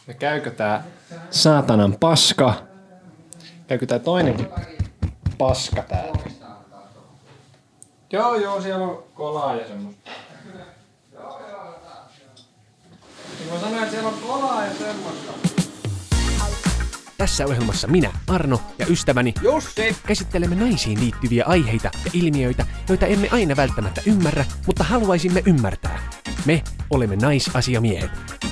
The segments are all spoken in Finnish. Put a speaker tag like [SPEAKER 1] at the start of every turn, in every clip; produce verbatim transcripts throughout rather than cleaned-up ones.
[SPEAKER 1] Ja käykö tää saatanan paska? Käykö tää toinenkin paska täällä? Joo, joo, siellä on kolaa ja semmoista. Mä sanoin, että siellä on kolaa ja semmoista.
[SPEAKER 2] Tässä ohjelmassa minä, Arno ja ystäväni
[SPEAKER 1] Jussi
[SPEAKER 2] käsittelemme naisiin liittyviä aiheita ja ilmiöitä, joita emme aina välttämättä ymmärrä, mutta haluaisimme ymmärtää. Me olemme naisasiamiehet.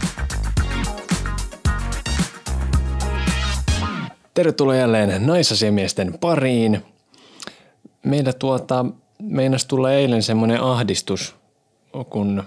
[SPEAKER 1] Tervetuloa jälleen naisasiamiesten pariin. Meillä tuota, meinas tulla eilen semmoinen ahdistus, kun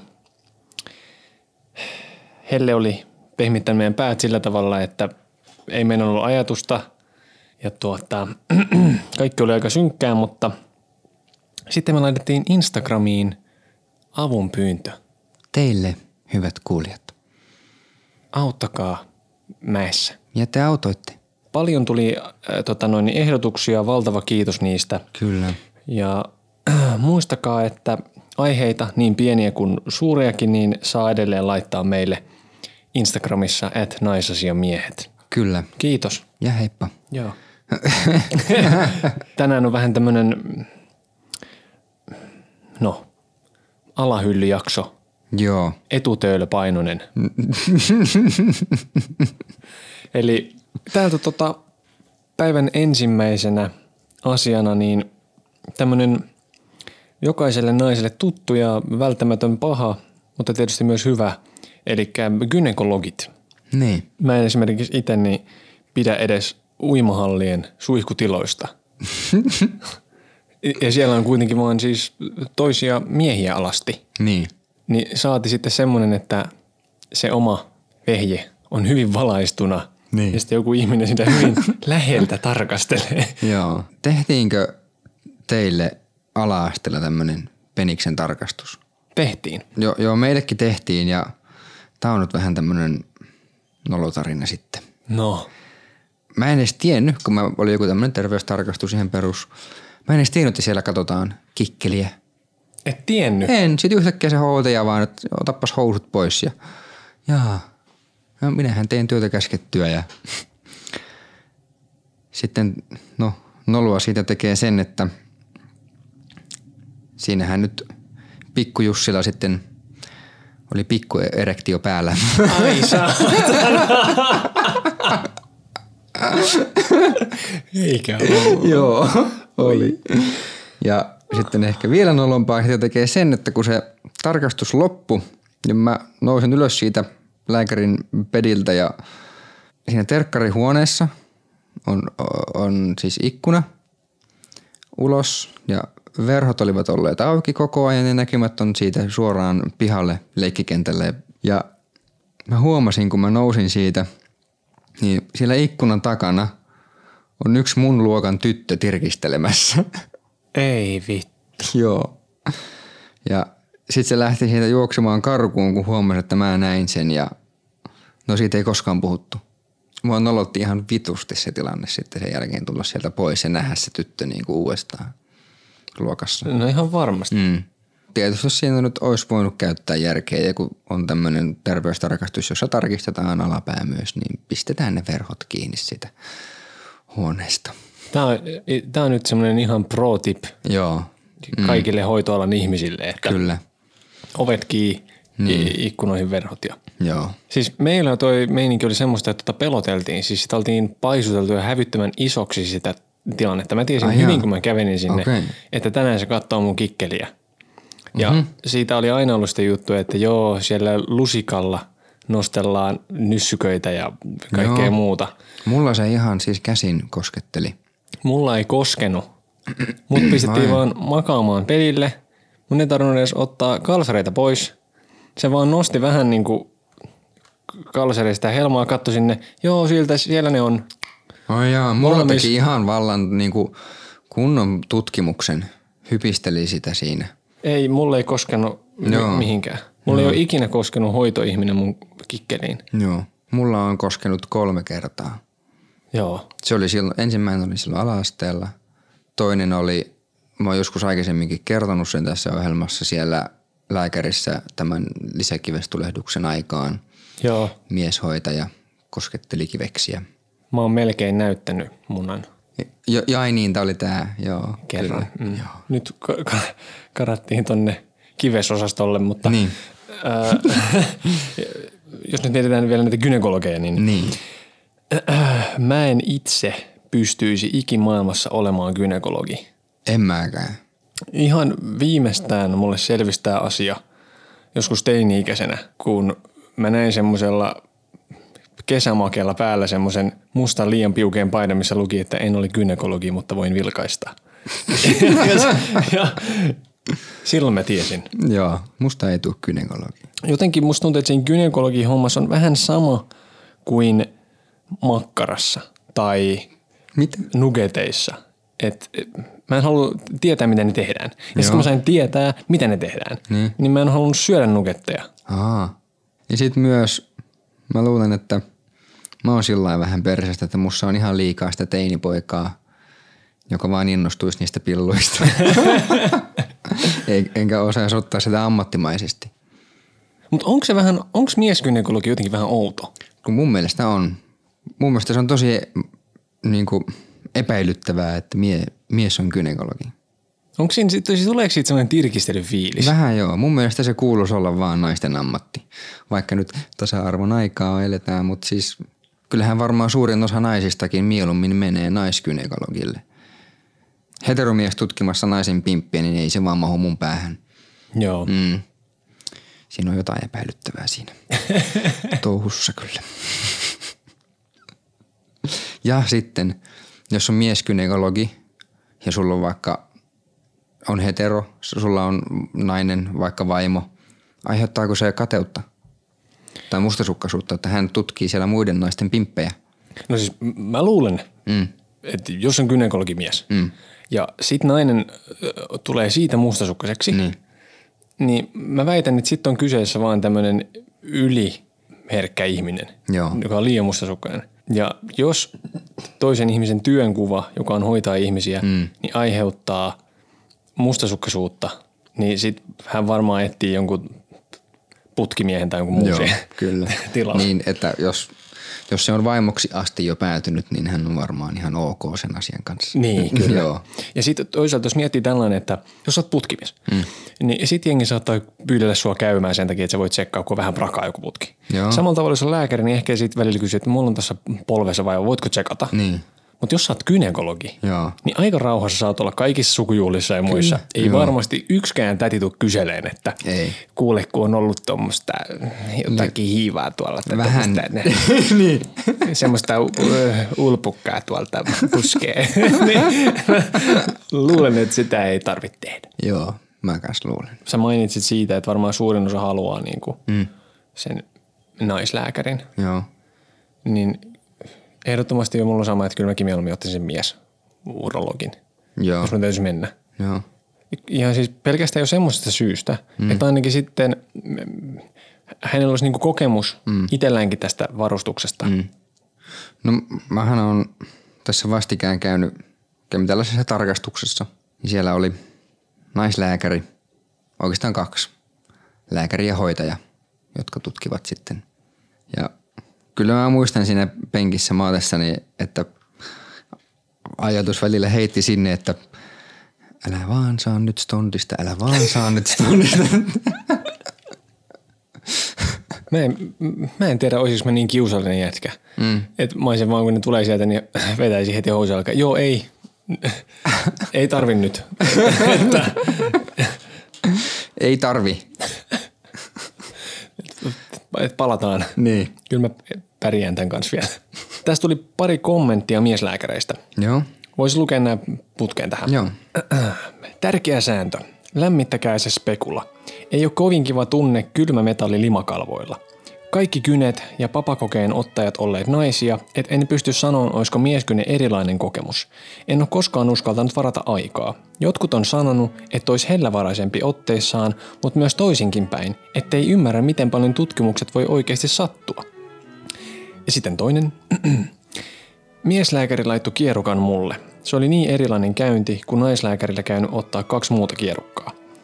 [SPEAKER 1] Helle oli pehmittänyt meidän päät sillä tavalla, että ei meillä ollut ajatusta ja tuota, kaikki oli aika synkkää, mutta sitten me laitettiin Instagramiin avunpyyntö.
[SPEAKER 3] Teille, hyvät kuulijat.
[SPEAKER 1] Auttakaa mäessä.
[SPEAKER 3] Ja te autoitte.
[SPEAKER 1] Paljon tuli äh, tota noin, ehdotuksia, valtava kiitos niistä.
[SPEAKER 3] Kyllä.
[SPEAKER 1] Ja äh, muistakaa, että aiheita niin pieniä kuin suuriakin, niin saa edelleen laittaa meille Instagramissa at naisasiamiehet.
[SPEAKER 3] Kyllä.
[SPEAKER 1] Kiitos.
[SPEAKER 3] Ja heippa.
[SPEAKER 1] Joo. Tänään on vähän tämmönen, no, alahyllyjakso.
[SPEAKER 3] Joo.
[SPEAKER 1] Etutöölöpainoinen. Eli täältä tota päivän ensimmäisenä asiana niin tämmönen jokaiselle naiselle tuttu ja välttämätön paha, mutta tietysti myös hyvä, eli gynekologit.
[SPEAKER 3] Niin.
[SPEAKER 1] Mä en esimerkiksi itse niin pidä edes uimahallien suihkutiloista. Ja siellä on kuitenkin vaan siis toisia miehiä alasti.
[SPEAKER 3] Niin.
[SPEAKER 1] Niin saati sitten semmoinen, että se oma vehje on hyvin valaistuna.
[SPEAKER 3] Niin.
[SPEAKER 1] Ja sitten joku ihminen sitä hyvin läheltä tarkastelee.
[SPEAKER 3] Joo. Tehtiinkö teille ala-asteella tämmönen peniksen tarkastus?
[SPEAKER 1] Tehtiin.
[SPEAKER 3] Joo, joo, meillekin tehtiin ja tää on nyt vähän tämmönen nolotarina sitten.
[SPEAKER 1] No.
[SPEAKER 3] Mä en edes tiennyt, kun mä oli joku tämmönen terveystarkastus ihan perus. Mä en edes tiennyt, että siellä katsotaan kikkeliä.
[SPEAKER 1] Et tiennyt?
[SPEAKER 3] En. Sitten yhtäkkiä se hoitaja vaan, että otappas housut pois ja jaa, no minähän teen työtä käskettyä ja sitten no noloa siitä tekee sen, että siinähän nyt pikku Jussilla sitten oli pikku erektio päällä.
[SPEAKER 1] Ai saatana. Eikä ollut.
[SPEAKER 3] Joo, oli. Ja sitten ehkä vielä nolompaa sitä tekee sen, että kun se tarkastus loppui, niin mä nousin ylös siitä lääkärin pediltä ja siinä terkkarihuoneessa on, on siis ikkuna ulos ja verhot olivat olleet auki koko ajan ja näkymät on siitä suoraan pihalle leikkikentälle. Ja mä huomasin, kun mä nousin siitä, niin siellä ikkunan takana on yksi mun luokan tyttö tirkistelemässä.
[SPEAKER 1] Ei vittu.
[SPEAKER 3] Joo. Ja sit se lähti siitä juoksemaan karkuun, kun huomasi, että mä näin sen ja no siitä ei koskaan puhuttu. Mua nolotti ihan vitusti se tilanne sitten sen jälkeen tulla sieltä pois ja nähdä se tyttö niin kuin uudestaan luokassa.
[SPEAKER 1] No ihan varmasti.
[SPEAKER 3] Mm. Tietysti siinä nyt olisi voinut käyttää järkeä ja kun on tämmöinen terveystarkastus, jossa tarkistetaan alapää myös, niin pistetään ne verhot kiinni siitä huoneesta.
[SPEAKER 1] Tää on, tää on nyt semmoinen ihan pro tip.
[SPEAKER 3] Joo.
[SPEAKER 1] Kaikille mm. hoitoalan ihmisille, että
[SPEAKER 3] kyllä.
[SPEAKER 1] Ovet kiinni, niin. Ikkunoihin verhot. Ja.
[SPEAKER 3] Joo.
[SPEAKER 1] Siis meillä toi meininki oli semmoista, että tota peloteltiin. Siis sitä oltiin paisuteltu ja hävyttömän isoksi sitä tilannetta. Mä tiesin Ai hyvin, jaa. kun mä kävelin sinne, okay. että tänään se katsoo mun kikkeliä. Ja mm-hmm. siitä oli aina ollut sitä juttua, että joo, siellä lusikalla nostellaan nyssyköitä ja kaikkea joo. muuta.
[SPEAKER 3] Mulla se ihan siis käsin kosketteli.
[SPEAKER 1] Mulla ei koskenut. Mut pistettiin vaan makaamaan pelille. Mun ei tarvinnut edes ottaa kalsareita pois. Se vaan nosti vähän niinku kalsareista ja helmaa, katsoi sinne. Joo, siltä siellä ne on.
[SPEAKER 3] Ai jaa, mulla Valmis. teki ihan vallan niinku kunnon tutkimuksen. Hypisteli sitä siinä.
[SPEAKER 1] Ei, mulla ei koskenut Joo. mihinkään. Mulla Joo. ei ole ikinä koskenut hoitoihminen mun kikkeliin.
[SPEAKER 3] Joo, mulla on koskenut kolme kertaa.
[SPEAKER 1] Joo.
[SPEAKER 3] Se oli silloin, ensimmäinen oli silloin ala-asteella. Toinen oli, mä oon joskus aikaisemminkin kertonut sen tässä ohjelmassa siellä lääkärissä tämän lisäkivestulehduksen aikaan.
[SPEAKER 1] Joo.
[SPEAKER 3] Mieshoitaja kosketteli kiveksiä.
[SPEAKER 1] Mä oon melkein näyttänyt munan.
[SPEAKER 3] Jo, jai niin, tää oli tää, joo.
[SPEAKER 1] Kerran. Mm. Joo. Nyt ka- ka- karattiin tonne kivesosastolle, mutta
[SPEAKER 3] niin.
[SPEAKER 1] äh, jos nyt mietitään vielä näitä gynekologeja, niin,
[SPEAKER 3] niin.
[SPEAKER 1] Äh, mä en itse pystyisi ikimaailmassa olemaan gynekologi.
[SPEAKER 3] En mäkään.
[SPEAKER 1] Ihan viimeistään mulle selvisi tää asia joskus teini-ikäisenä, kun mä näin semmosella kesämakeella päällä semmoisen mustan liian piukeen paidan, missä luki, että en ole gynekologi, mutta voin vilkaista. ja, ja silloin mä tiesin.
[SPEAKER 3] Joo, musta ei tule gynekologi.
[SPEAKER 1] Jotenkin musta tuntuu, että siinä gynekologi hommassa on vähän sama kuin makkarassa tai
[SPEAKER 3] Mitä?
[SPEAKER 1] nugeteissa. Et, mä en halua tietää, miten ne tehdään. Ja sitten kun mä sain tietää, miten ne tehdään, niin, niin mä en halunnut syödä nugetteja.
[SPEAKER 3] Aa. Ja sit myös mä luulen, että mä oon sillain vähän persestä, että musta on ihan liikaa sitä teinipoikaa, joka vaan innostuisi niistä pilluista. Enkä osaisi ottaa sitä ammattimaisesti.
[SPEAKER 1] Mutta onko se vähän, onko miesgynekologi jotenkin vähän outo?
[SPEAKER 3] Kun mun mielestä on. Mun mielestä se on tosi niin kuin epäilyttävää, että mie, mies on gynekologi.
[SPEAKER 1] Onko siinä, siis tuleeko siitä sellainen tirkistelyfiilis?
[SPEAKER 3] Vähän joo. Mun mielestä se kuuluisi olla vaan naisten ammatti. Vaikka nyt tasa-arvon aikaa eletään, mutta siis kyllähän varmaan suurin osa naisistakin mieluummin menee naisgynekologille. Heteromies tutkimassa naisen pimppiä, niin ei se vaan mahu mun päähän.
[SPEAKER 1] Joo.
[SPEAKER 3] Mm. Siinä on jotain epäilyttävää siinä touhussa kyllä. Ja sitten, jos on miesgynekologi ja sulla on vaikka on hetero, sulla on nainen, vaikka vaimo, aiheuttaako se kateutta tai mustasukkaisuutta, että hän tutkii siellä muiden naisten pimppejä?
[SPEAKER 1] No siis mä luulen, mm. että jos on gynekologimies mm. ja sit nainen äh, tulee siitä mustasukkaiseksi, niin. niin mä väitän, että sit on kyseessä vaan tämmönen yliherkkä ihminen, Joo. joka on liian mustasukkainen. Ja jos toisen ihmisen työnkuva, joka on hoitaa ihmisiä, mm. niin aiheuttaa mustasukkaisuutta, niin sit hän varmaan etsii jonkun putkimiehen tai jonkun muun
[SPEAKER 3] kyllä.
[SPEAKER 1] tilalla.
[SPEAKER 3] Niin, että jos, jos se on vaimoksi asti jo päätynyt, niin hän on varmaan ihan ok sen asian kanssa.
[SPEAKER 1] Niin, kyllä. Joo. Ja sitten toisaalta, jos miettii tällainen, että jos olet putkimies, mm. niin sit jengi saattaa pyydellä sua käymään sen takia, että sä voit tsekkaa, kun on vähän prakaa joku putki. Joo. Samalla tavalla, jos on lääkäri, niin ehkä sit välillä kysyy, että mulla on tässä polvessa vaiva, voitko tsekata? Niin. Mutta jos sä oot gynekologi, Joo. niin aika rauhassa saat olla kaikissa sukujuhlissa ja muissa. Kyllä. Ei Joo. varmasti yksikään täti tuu kyseleen, että Ei. kuule, kun on ollut tuommoista jotakin hiivaa tuolla.
[SPEAKER 3] Vähän. niin.
[SPEAKER 1] Semmoista ulpukkaa tuolta puskee. niin, luulen, että sitä ei tarvitse tehdä.
[SPEAKER 3] Joo, mä kans luulen.
[SPEAKER 1] Sä mainitsit siitä, että varmaan suurin osa haluaa niinku mm. sen naislääkärin.
[SPEAKER 3] Joo.
[SPEAKER 1] Niin ehdottomasti jo mulla on sama, että kyllä mäkin mieluummin ottaisin mies urologin, Joo. jos mä täytyisi mennä.
[SPEAKER 3] Joo.
[SPEAKER 1] Ihan siis pelkästään jo semmoisesta syystä, mm. että ainakin sitten hänellä olisi niinku kokemus mm. itselläänkin tästä varustuksesta. Mm.
[SPEAKER 3] No mähän on tässä vastikään käynyt, käynyt tällaisessa tarkastuksessa. Ja siellä oli naislääkäri, oikeastaan kaksi, lääkäri ja hoitaja, jotka tutkivat sitten. Ja kyllä mä muistan siinä penkissä maatessani, että ajatus välillä heitti sinne, että älä vaan saa nyt stondista, älä vaan saa nyt stondista.
[SPEAKER 1] Mä en, mä en tiedä, olisiko mä niin kiusallinen jätkä. Mm. Että mä olisin vaan, kun ne tulee sieltä, niin vetäisi heti housu alkaa. Joo, ei. ei tarvi nyt.
[SPEAKER 3] ei tarvi.
[SPEAKER 1] Et palataan.
[SPEAKER 3] Niin.
[SPEAKER 1] Kyllä mä pärjään tämän kanssa vielä. Tästä tuli pari kommenttia mieslääkäreistä.
[SPEAKER 3] Joo.
[SPEAKER 1] Voisi lukea nämä putkeen tähän.
[SPEAKER 3] Joo.
[SPEAKER 1] Tärkeä sääntö. Lämmittäkää se spekula. Ei ole kovin kiva tunne kylmä metalli limakalvoilla. Kaikki gynet ja papakokeen ottajat olleet naisia, et en pysty sanomaan, olisiko miesgyne erilainen kokemus. En ole koskaan uskaltanut varata aikaa. Jotkut on sanonut, että olisi hellävaraisempi otteissaan, mutta myös toisinkin päin, ettei ymmärrä, miten paljon tutkimukset voi oikeasti sattua. Ja sitten toinen. Mieslääkäri laittoi kierukan mulle. Se oli niin erilainen käynti, kun naislääkärillä käynyt ottaa kaksi muuta kierukkaa.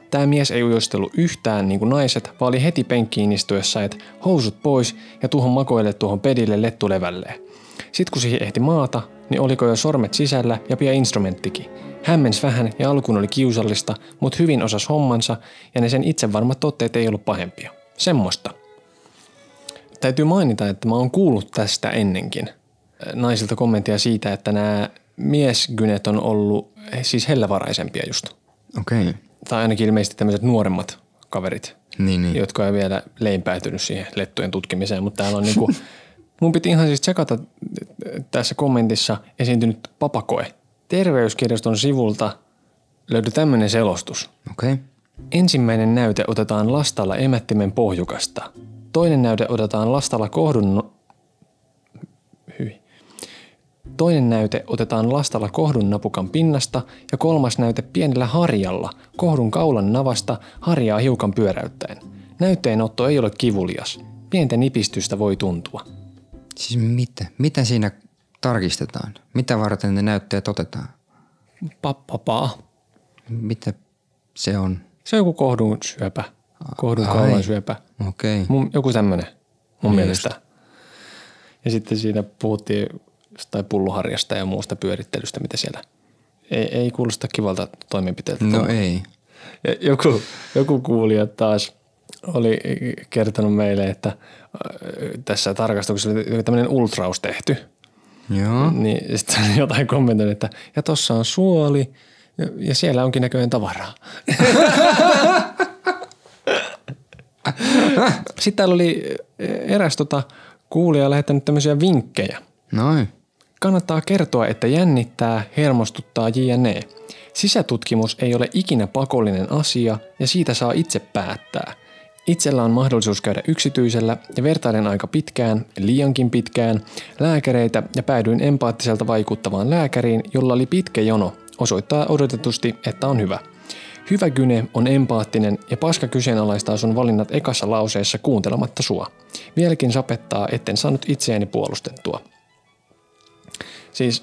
[SPEAKER 1] Tämä mies ei ujostellut yhtään niin kuin naiset, vaan oli heti penkkiin istuessa, että housut pois ja tuohon makoille tuohon pedille lettulevälleen. Sitten kun siihen ehti maata, niin oliko jo sormet sisällä ja pian instrumenttikin. Hämmens vähän ja alkuun oli kiusallista, mutta hyvin osas hommansa ja ne sen itsevarmat totteet ei ollut pahempia. Semmoista. Täytyy mainita, että mä oon kuullut tästä ennenkin. Naisilta kommenttia siitä, että nämä miesgynet on ollut siis hellävaraisempia just.
[SPEAKER 3] Okei. Okay.
[SPEAKER 1] Tai ainakin ilmeisesti tämmöiset nuoremmat kaverit,
[SPEAKER 3] niin, niin.
[SPEAKER 1] jotka ei vielä leipäytynyt siihen lettujen tutkimiseen. Mutta täällä on niinku, mun piti ihan siis tsekata tässä kommentissa esiintynyt papakoe. Terveyskirjaston sivulta löytyi tämmöinen selostus.
[SPEAKER 3] Okei. Okay.
[SPEAKER 1] Ensimmäinen näyte otetaan lastalla emättimen pohjukasta. Toinen näyte otetaan lastalla kohdun... No... Hyi. Toinen näyte otetaan lastalla kohdun napukan pinnasta ja kolmas näyte pienellä harjalla, kohdun kaulan navasta, harjaa hiukan pyöräyttäen. Näytteenotto ei ole kivulias. Pientä nipistystä voi tuntua.
[SPEAKER 3] Siis mitä? Mitä siinä tarkistetaan? Mitä varten ne näytteet otetaan?
[SPEAKER 1] Pappapaa.
[SPEAKER 3] Mitä se on?
[SPEAKER 1] Se on joku kohdun syöpä. Kohdun kaulan syöpä.
[SPEAKER 3] Okei. Okay.
[SPEAKER 1] Joku tämmönen mun niin mielestä. Just. Ja sitten siinä puhuttiin jostain pulluharjasta ja muusta pyörittelystä, mitä siellä. Ei, ei kuulosta kivalta toimenpiteeltä.
[SPEAKER 3] No tuolla. Ei.
[SPEAKER 1] Ja joku, joku kuulija taas oli kertonut meille, että tässä tarkastuksessa oli tämmöinen ultraus tehty.
[SPEAKER 3] Joo.
[SPEAKER 1] Niin sitten jotain kommentoinut, että ja tossa on suoli ja, ja siellä onkin näköinen tavaraa. Sitten täällä oli eräs tota, kuulija lähettänyt tämmöisiä vinkkejä.
[SPEAKER 3] Noin.
[SPEAKER 1] Kannattaa kertoa, että jännittää, hermostuttaa jne. Sisätutkimus ei ole ikinä pakollinen asia ja siitä saa itse päättää. Itsellä on mahdollisuus käydä yksityisellä ja vertailen aika pitkään, liiankin pitkään, lääkäreitä ja päädyin empaattiselta vaikuttavaan lääkäriin, jolla oli pitkä jono, osoittaa odotetusti, että on hyvä. Hyvä gyne on empaattinen ja paska kyseenalaistaa sun valinnat ekassa lauseessa kuuntelematta sua. Vieläkin sapettaa, etten saanut itseäni puolustettua. Siis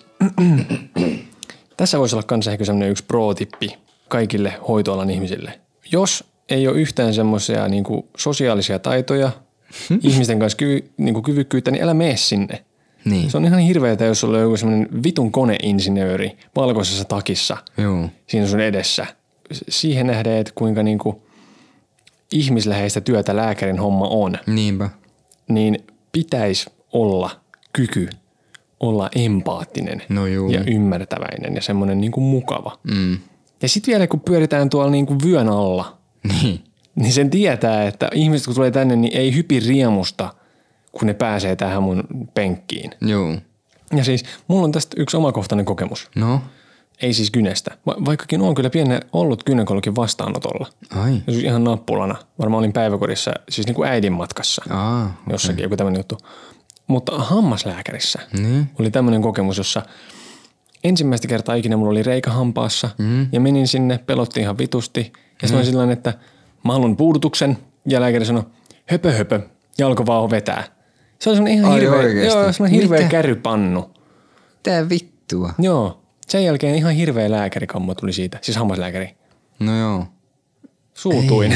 [SPEAKER 1] tässä voisi olla kanssa ehkä semmoinen yksi pro-tippi kaikille hoitoalan ihmisille. Jos ei ole yhtään semmoisia niinku sosiaalisia taitoja, ihmisten kanssa kyvy, niinku kyvykkyyttä, niin älä mene sinne.
[SPEAKER 3] Niin.
[SPEAKER 1] Se on ihan hirveetä, jos sulla on joku semmoinen vitun koneinsinööri valkoisessa takissa
[SPEAKER 3] Joo.
[SPEAKER 1] siinä sun edessä. Siihen nähdään, että kuinka niinku ihmisläheistä työtä lääkärin homma on.
[SPEAKER 3] Niinpä.
[SPEAKER 1] Niin pitäisi olla kyky olla empaattinen
[SPEAKER 3] no
[SPEAKER 1] ja ymmärtäväinen ja semmoinen niinku mukava.
[SPEAKER 3] Mm.
[SPEAKER 1] Ja sitten vielä kun pyöritään tuolla niinku vyön alla,
[SPEAKER 3] niin.
[SPEAKER 1] niin sen tietää, että ihmiset kun tulee tänne, niin ei hypi riemusta, kun ne pääsee tähän mun penkkiin.
[SPEAKER 3] Joo.
[SPEAKER 1] Ja siis mulla on tästä yksi omakohtainen kokemus.
[SPEAKER 3] No?
[SPEAKER 1] Ei siis gynestä. Va- vaikkakin on kyllä pienen ollut gynekologin vastaanotolla.
[SPEAKER 3] Ai.
[SPEAKER 1] Ja siis ihan nappulana. Varmaan olin päiväkodissa, siis niin kuin äidin matkassa.
[SPEAKER 3] Aa, okay.
[SPEAKER 1] Jossakin joku tämmöinen juttu. Mutta hammaslääkärissä
[SPEAKER 3] niin.
[SPEAKER 1] oli tämmöinen kokemus, jossa ensimmäistä kertaa ikinä mulla oli reikä hampaassa. Mm. Ja menin sinne, pelotti ihan vitusti. Ja mm. sitten sellainen, että mä haluan puudutuksen. Ja lääkäri sanoi, höpö höpö. Ja alkoi vaan vetää. Se oli semmoinen ihan
[SPEAKER 3] Ai
[SPEAKER 1] hirveä, joo, semmoinen hirveä
[SPEAKER 3] Mitä?
[SPEAKER 1] Kärrypannu.
[SPEAKER 3] Tää vittua.
[SPEAKER 1] Joo. Sen jälkeen ihan hirveä lääkärikammo tuli siitä. Siis hammaslääkäri.
[SPEAKER 3] No joo.
[SPEAKER 1] Suutuin.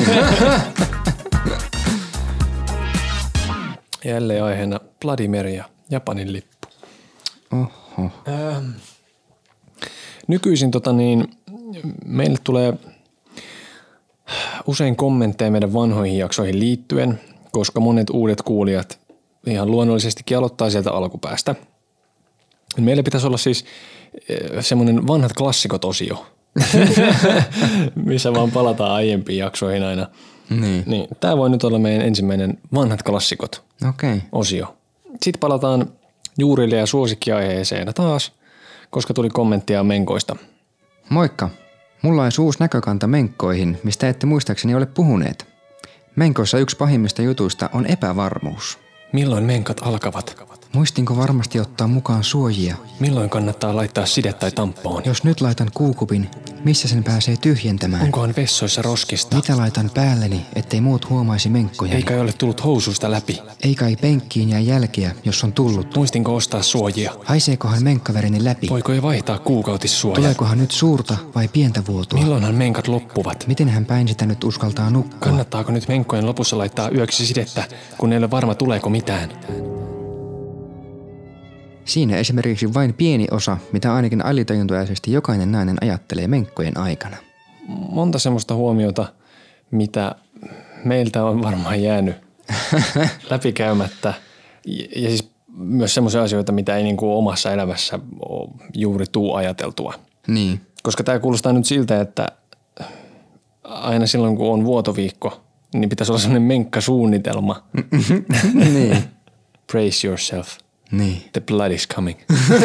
[SPEAKER 1] Jälleen aiheena Vladimir ja Japanin lippu.
[SPEAKER 3] Oho.
[SPEAKER 1] Ähm. Nykyisin tota niin, meille tulee usein kommentteja meidän vanhoihin jaksoihin liittyen, koska monet uudet kuulijat ihan luonnollisestikin aloittaa sieltä alkupäästä. Meillä pitäisi olla siis semmoinen vanhat klassikot-osio, missä vaan palataan aiempiin jaksoihin aina.
[SPEAKER 3] Niin.
[SPEAKER 1] Niin, tää voi nyt olla meidän ensimmäinen vanhat klassikot
[SPEAKER 3] Okei. Okay.
[SPEAKER 1] osio. Sitten palataan juurille ja suosikkiaiheeseen taas, koska tuli kommenttia menkoista.
[SPEAKER 3] Moikka. Mulla on uusi näkökanta menkkoihin, mistä ette muistaakseni ole puhuneet. Menkoissa yksi pahimmista jutuista on epävarmuus.
[SPEAKER 1] Milloin menkat alkavat?
[SPEAKER 3] Muistinko varmasti ottaa mukaan suojia?
[SPEAKER 1] Milloin kannattaa laittaa side tai tampoon?
[SPEAKER 3] Jos nyt laitan kuukupin, Missä sen pääsee tyhjentämään?
[SPEAKER 1] Onkohan vessoissa roskista?
[SPEAKER 3] Mitä laitan päälleni, ettei muut huomaisi menkkojani?
[SPEAKER 1] Ei kai ole tullut housuista läpi.
[SPEAKER 3] Ei kai penkkiin jää jälkeä, jos on tullut.
[SPEAKER 1] Muistinko ostaa suojia?
[SPEAKER 3] Haiseekohan menkkaverini läpi?
[SPEAKER 1] Voiko ei vaihtaa kuukautissuojaa?
[SPEAKER 3] Tuleekohan nyt suurta vai pientä vuotoa?
[SPEAKER 1] Milloinhan menkat loppuvat?
[SPEAKER 3] Mitenhän päin sitä nyt uskaltaa nukkua?
[SPEAKER 1] Kannattaako nyt menkkojen lopussa laittaa yöksi sidettä, kun ei ole varma tuleeko mitään?
[SPEAKER 3] Siinä esimerkiksi vain pieni osa, mitä ainakin alitajuntaisesti jokainen nainen ajattelee menkkojen aikana.
[SPEAKER 1] Monta semmoista huomiota, mitä meiltä on varmaan jäänyt läpikäymättä. Ja siis myös semmoisia asioita, mitä ei niinku omassa elämässä ole juuri tuu ajateltua.
[SPEAKER 3] Niin.
[SPEAKER 1] Koska tämä kuulostaa nyt siltä, että aina silloin kun on vuotoviikko, niin pitäisi olla semmoinen menkkasuunnitelma.
[SPEAKER 3] Niin.
[SPEAKER 1] Brace yourself.
[SPEAKER 3] Niin.
[SPEAKER 1] The blood is coming.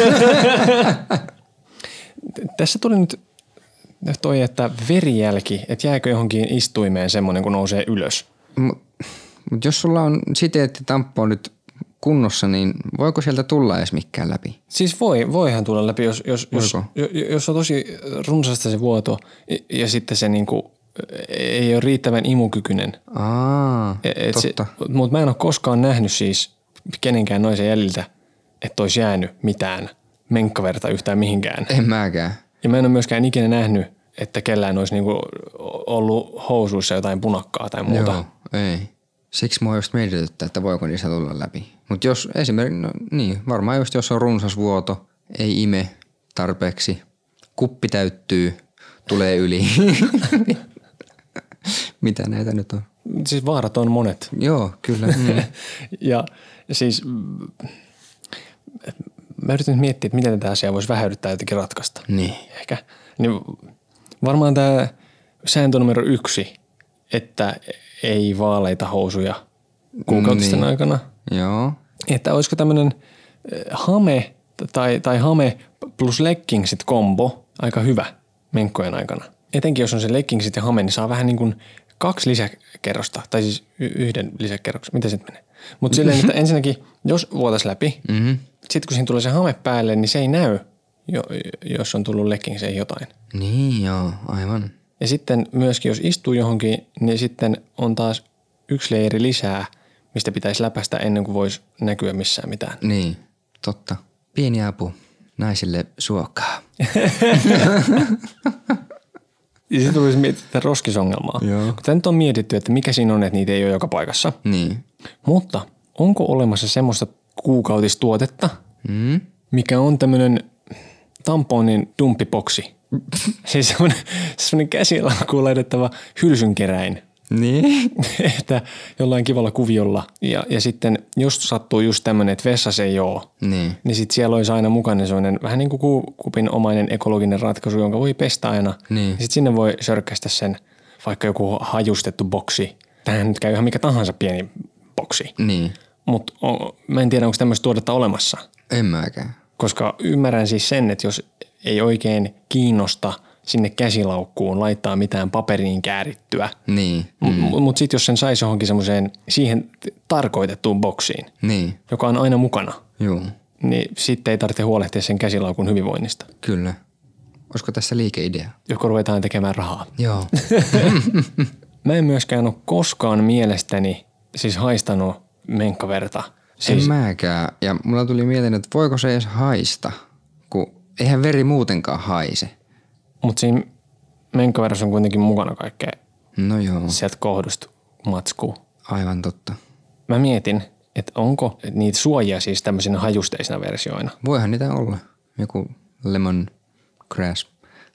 [SPEAKER 1] Tässä tuli nyt toi, että verijälki, että jääkö johonkin istuimeen semmoinen, kun nousee ylös.
[SPEAKER 3] Mutta mut jos sulla on siteet ja tamppo nyt kunnossa, niin voiko sieltä tulla edes mikään läpi?
[SPEAKER 1] Siis voi, voihan tulla läpi, jos, jos, jos, jos on tosi runsasta se vuoto ja sitten se niinku ei ole riittävän imukykyinen.
[SPEAKER 3] Aa, et totta.
[SPEAKER 1] Mutta mä en ole koskaan nähnyt siis kenenkään noisen jäljiltä, että olisi jäänyt mitään menkkaverta yhtään mihinkään.
[SPEAKER 3] En mäkään.
[SPEAKER 1] Ja mä en ole myöskään ikinä nähnyt, että kellään olisi niinku ollut housuissa jotain punakkaa tai muuta.
[SPEAKER 3] Joo, ei. Siksi mua just mietityttää, että voiko niistä tulla läpi. Mutta jos esimerkiksi, no niin, varmaan just jos on runsas vuoto, ei ime tarpeeksi, kuppi täyttyy, tulee yli. Mitä näitä nyt on?
[SPEAKER 1] Siis vaarat on monet.
[SPEAKER 3] Joo, kyllä. Mm.
[SPEAKER 1] Ja siis mä yritän nyt miettiä, että miten tätä asiaa voisi vähän yrittää jotenkin ratkaista.
[SPEAKER 3] Niin.
[SPEAKER 1] Ehkä. Niin varmaan tämä sääntö numero yksi, että ei vaaleita housuja kuukautisten niin. aikana.
[SPEAKER 3] Joo.
[SPEAKER 1] Että olisiko tämmöinen hame tai, tai hame plus leggingsit kombo aika hyvä menkkojen aikana. Etenkin jos on se leggingsit ja hame, niin saa vähän niin kuin kaksi lisäkerrosta, tai siis y- yhden lisäkerroksen. Miten se menee? Mutta silleen, että ensinnäkin, jos vuotas läpi, mm-hmm. sitten kun siihen tulee se hame päälle, niin se ei näy, jo, jos on tullut leggingseihin jotain.
[SPEAKER 3] Niin joo, aivan.
[SPEAKER 1] Ja sitten myöskin, jos istuu johonkin, niin sitten on taas yksi leiri lisää, mistä pitäisi läpäistä ennen kuin voisi näkyä missään mitään.
[SPEAKER 3] Niin, totta. Pieni apu naisille suokaa.
[SPEAKER 1] Ja sitten tulisi miettiä roskisongelmaa. Joo. Kun tämä nyt on mietitty, että mikä siinä on, että niitä ei ole joka paikassa.
[SPEAKER 3] Niin.
[SPEAKER 1] Mutta onko olemassa semmoista kuukautistuotetta, mm. mikä on tämmöinen tamponin dumppiboksi? Siis semmoinen, semmoinen käsilaukuun laitettava hylsynkeräin.
[SPEAKER 3] Niin.
[SPEAKER 1] Että jollain kivalla kuviolla. Ja, ja sitten jos sattuu just tämmöinen, että vessassa ei ole, niin, niin sitten siellä olisi aina mukana sellainen vähän niin kuin kupinomainen ekologinen ratkaisu, jonka voi pestä aina. Niin. Sitten sinne voi sörkkäistä sen vaikka joku hajustettu boksi. Tämähän nyt käy ihan mikä tahansa pieni boksi. Niin. Mutta mä en tiedä, onko tämmöistä tuotetta olemassa.
[SPEAKER 3] En mäkään.
[SPEAKER 1] Koska ymmärrän siis sen, että jos ei oikein kiinnosta sinne käsilaukkuun laittaa mitään paperiin käärittyä. Niin. Mm. Mutta mut sitten jos sen saisi johonkin semmoiseen siihen tarkoitettuun boksiin, niin. joka on aina mukana, Joo. niin sitten ei tarvitse huolehtia sen käsilaukun hyvinvoinnista.
[SPEAKER 3] Kyllä. Olisiko tässä liikeidea?
[SPEAKER 1] Joko ruvetaan tekemään rahaa.
[SPEAKER 3] Joo.
[SPEAKER 1] Mä en myöskään ole koskaan mielestäni siis haistanut menkkaverta. Siis
[SPEAKER 3] en mäkään. Ja mulla tuli mieleen, että voiko se edes haista, kun eihän veri muutenkaan haise.
[SPEAKER 1] Mutta siinä menkkaverrassa on kuitenkin mukana kaikkea
[SPEAKER 3] no joo.
[SPEAKER 1] sieltä kohdusta matskua.
[SPEAKER 3] Aivan totta.
[SPEAKER 1] Mä mietin, että onko niitä suojia siis tämmöisinä hajusteisina versioina.
[SPEAKER 3] Voihan niitä olla. Joku lemon grass.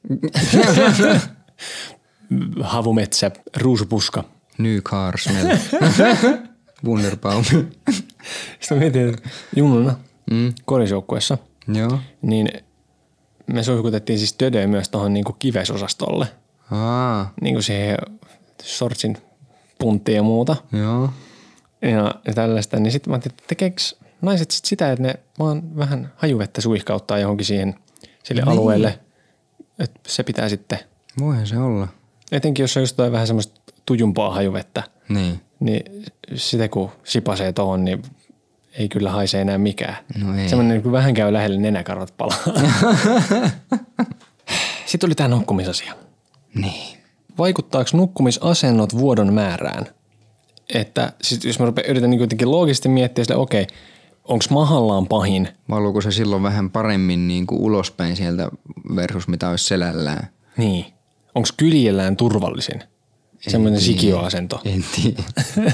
[SPEAKER 1] Havumetsä, ruusupuska.
[SPEAKER 3] New car smell. Wunderbaum.
[SPEAKER 1] Sitten mietin, että junnuna mm. korisjoukkuessa,
[SPEAKER 3] joo.
[SPEAKER 1] niin me suihkutettiin siis tödöä myös tuohon niinku kivesosastolle.
[SPEAKER 3] Aa.
[SPEAKER 1] Niinku siihen shortsin punttiin ja muuta.
[SPEAKER 3] Joo.
[SPEAKER 1] Ja, ja tällaista. Niin sitten mä ajattelin, että tekeekö naiset sit sitä, että ne vaan vähän hajuvettä suihkauttaa johonkin siihen sille niin. alueelle. Että se pitää sitten.
[SPEAKER 3] Voihan se olla.
[SPEAKER 1] Etenkin jos on just vähän semmoista tujumpaa hajuvettä.
[SPEAKER 3] Niin.
[SPEAKER 1] Niin sitä kun sipasee tohon, niin ei kyllä haise enää mikään.
[SPEAKER 3] No ei.
[SPEAKER 1] Semmoinen niin kuin vähän käy lähelle nenäkarvat palaa. Sitten oli tämä nukkumisasia.
[SPEAKER 3] Niin.
[SPEAKER 1] Vaikuttaako nukkumisasennot vuodon määrään? Että siis jos mä rupean, yritän niin jotenkin loogisesti miettiä sille, okei, onko mahallaan pahin?
[SPEAKER 3] Valuuko se silloin vähän paremmin niin kuin ulospäin sieltä versus mitä olisi selällään?
[SPEAKER 1] Niin. Onko kyljellään turvallisin? Semmoinen sikioasento.
[SPEAKER 3] En tiedä.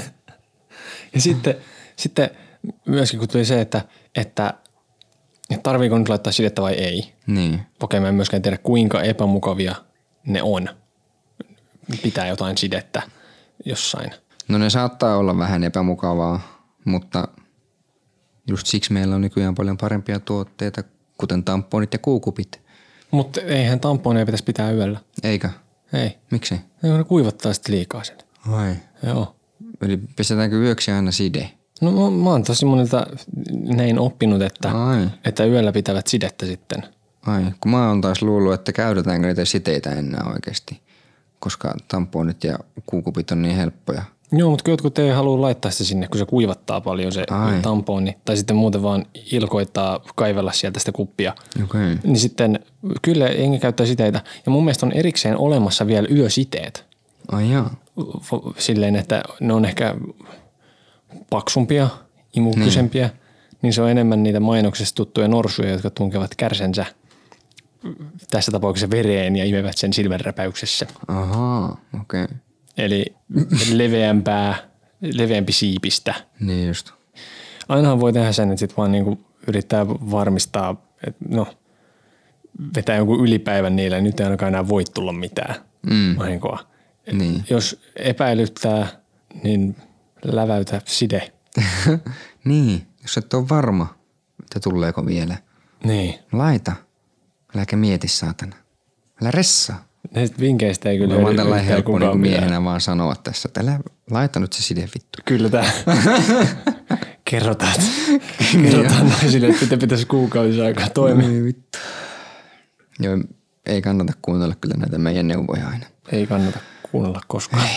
[SPEAKER 1] Ja sitten, sitten myöskin kun tuli se, että, että tarviiko nyt laittaa sidettä vai ei.
[SPEAKER 3] Niin.
[SPEAKER 1] Okei, mä en myöskään tiedä kuinka epämukavia ne on. Pitää jotain sidettä jossain.
[SPEAKER 3] No ne saattaa olla vähän epämukavaa, mutta just siksi meillä on nykyään paljon parempia tuotteita, kuten tamponit ja kuukupit.
[SPEAKER 1] Mutta eihän tamponeja pitäisi pitää yöllä.
[SPEAKER 3] Eikä?
[SPEAKER 1] Ei.
[SPEAKER 3] Miksi?
[SPEAKER 1] Ne kuivattaa sitten liikaa sen.
[SPEAKER 3] Ai.
[SPEAKER 1] Joo.
[SPEAKER 3] Eli pistetäänkö yöksi aina side?
[SPEAKER 1] No mä, mä oon tosi monilta näin oppinut, että,
[SPEAKER 3] Ai.
[SPEAKER 1] että yöllä pitävät sidettä sitten.
[SPEAKER 3] Ai, kun mä oon taas luullut, että käytetäänkö niitä siteitä enää oikeasti, koska tamponit ja kuukupit on niin helppoja.
[SPEAKER 1] Joo, mutta jotkut ei halua laittaa sitä sinne, kun se kuivattaa paljon se
[SPEAKER 3] Ai.
[SPEAKER 1] tamponi. Tai sitten muuten vaan ilkoittaa kaivella sieltä sitä kuppia.
[SPEAKER 3] Okei. Okay.
[SPEAKER 1] Niin sitten kyllä jengi käyttää siteitä. Ja mun mielestä on erikseen olemassa vielä yösiteet.
[SPEAKER 3] Ai jaa.
[SPEAKER 1] Silleen, että ne on ehkä paksumpia, imukkysempiä. Niin. niin se on enemmän niitä mainoksessa tuttuja norsuja, jotka tunkevat kärsensä tässä tapauksessa vereen ja imevät sen silmänräpäyksessä.
[SPEAKER 3] Ahaa, okei. Okay.
[SPEAKER 1] Eli leveämpää, leveämpi siipistä.
[SPEAKER 3] Niin just.
[SPEAKER 1] Ainahan voi tehdä sen, että sit vaan niinku yrittää varmistaa, että no vetää jonkun ylipäivän niillä ja nyt ei ainakaan enää voi tulla mitään mm. vahinkoa.
[SPEAKER 3] Niin.
[SPEAKER 1] Jos epäilyttää, niin läväytä side.
[SPEAKER 3] Niin, jos et ole varma, että tuleeko vielä.
[SPEAKER 1] Niin.
[SPEAKER 3] Laita. Äläkä mieti saatana. Älä ressaa.
[SPEAKER 1] Näistä vinkkeistä ei kyllä
[SPEAKER 3] Mä oon tällainen helppo niin miehenä
[SPEAKER 1] mitään.
[SPEAKER 3] vaan sanoa tässä, että älä laita nyt se side vittu.
[SPEAKER 1] Kyllä tää. Kerrotaan. Kerrotaan naisille, että miten pitäisi kuukaudessa aikaa toimia.
[SPEAKER 3] Ei vittu. Joo, ei kannata kuunnella kyllä näitä meidän neuvoja aina.
[SPEAKER 1] Ei kannata kuunnella koskaan.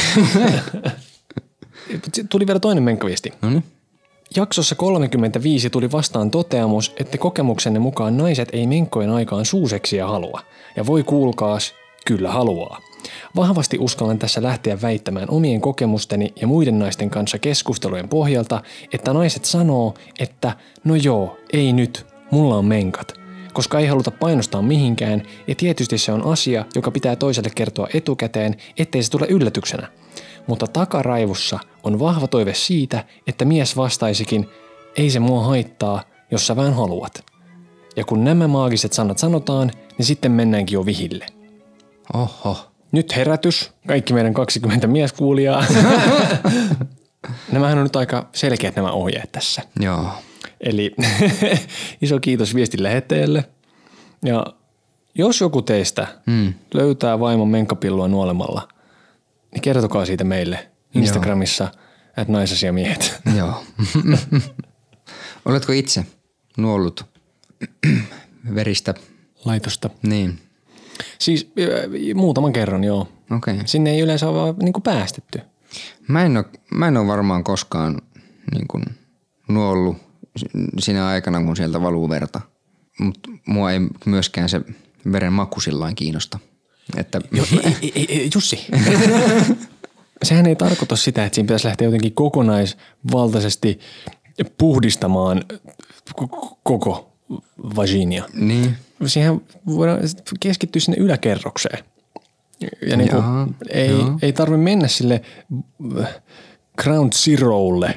[SPEAKER 1] Tuli vielä toinen menkkaviesti.
[SPEAKER 3] Noniin.
[SPEAKER 1] Jaksossa kolmekymmentäviisi tuli vastaan toteamus, että kokemuksenne mukaan naiset ei menkkojen aikaan suuseksia halua. Ja voi kuulkaas, kyllä haluaa. Vahvasti uskallan tässä lähteä väittämään omien kokemusteni ja muiden naisten kanssa keskustelujen pohjalta, että naiset sanoo, että no joo, ei nyt, mulla on menkat. Koska ei haluta painostaa mihinkään ja tietysti se on asia, joka pitää toiselle kertoa etukäteen, ettei se tule yllätyksenä. Mutta takaraivussa on vahva toive siitä, että mies vastaisikin, ei se mua haittaa, jos sä vähän haluat. Ja kun nämä maagiset sanat sanotaan, niin sitten mennäänkin jo vihille.
[SPEAKER 3] Oho.
[SPEAKER 1] Nyt herätys, kaikki meidän kaksikymmentä mieskuulijaa. Nämähän on nyt aika selkeät nämä ohjeet tässä.
[SPEAKER 3] Joo.
[SPEAKER 1] Eli iso kiitos viestin lähettäjälle. Ja jos joku teistä mm. löytää vaimon menkkapillua nuolemalla, niin kertokaa siitä meille Instagramissa, että naisasiamiehet.
[SPEAKER 3] Joo. Oletko itse nuollut veristä?
[SPEAKER 1] Laitosta.
[SPEAKER 3] Niin.
[SPEAKER 1] Siis muutaman kerran, joo.
[SPEAKER 3] Okei. Okay.
[SPEAKER 1] Sinne ei yleensä ole vaan niin kuin päästetty.
[SPEAKER 3] Mä en ole, mä en ole varmaan koskaan niin kuin nuollut siinä aikana, kun sieltä valuu verta. Mutta mua ei myöskään se veren maku sillain kiinnosta. Että
[SPEAKER 1] joo, ei, ei, ei, Jussi. Sehän ei tarkoita sitä, että siinä pitäisi lähteä jotenkin kokonaisvaltaisesti puhdistamaan koko vaginia.
[SPEAKER 3] Niin.
[SPEAKER 1] Siihen voidaan keskittyä sinne yläkerrokseen. Ja niin kuin, Jaa, ei, ei tarvitse mennä sille ground zerolle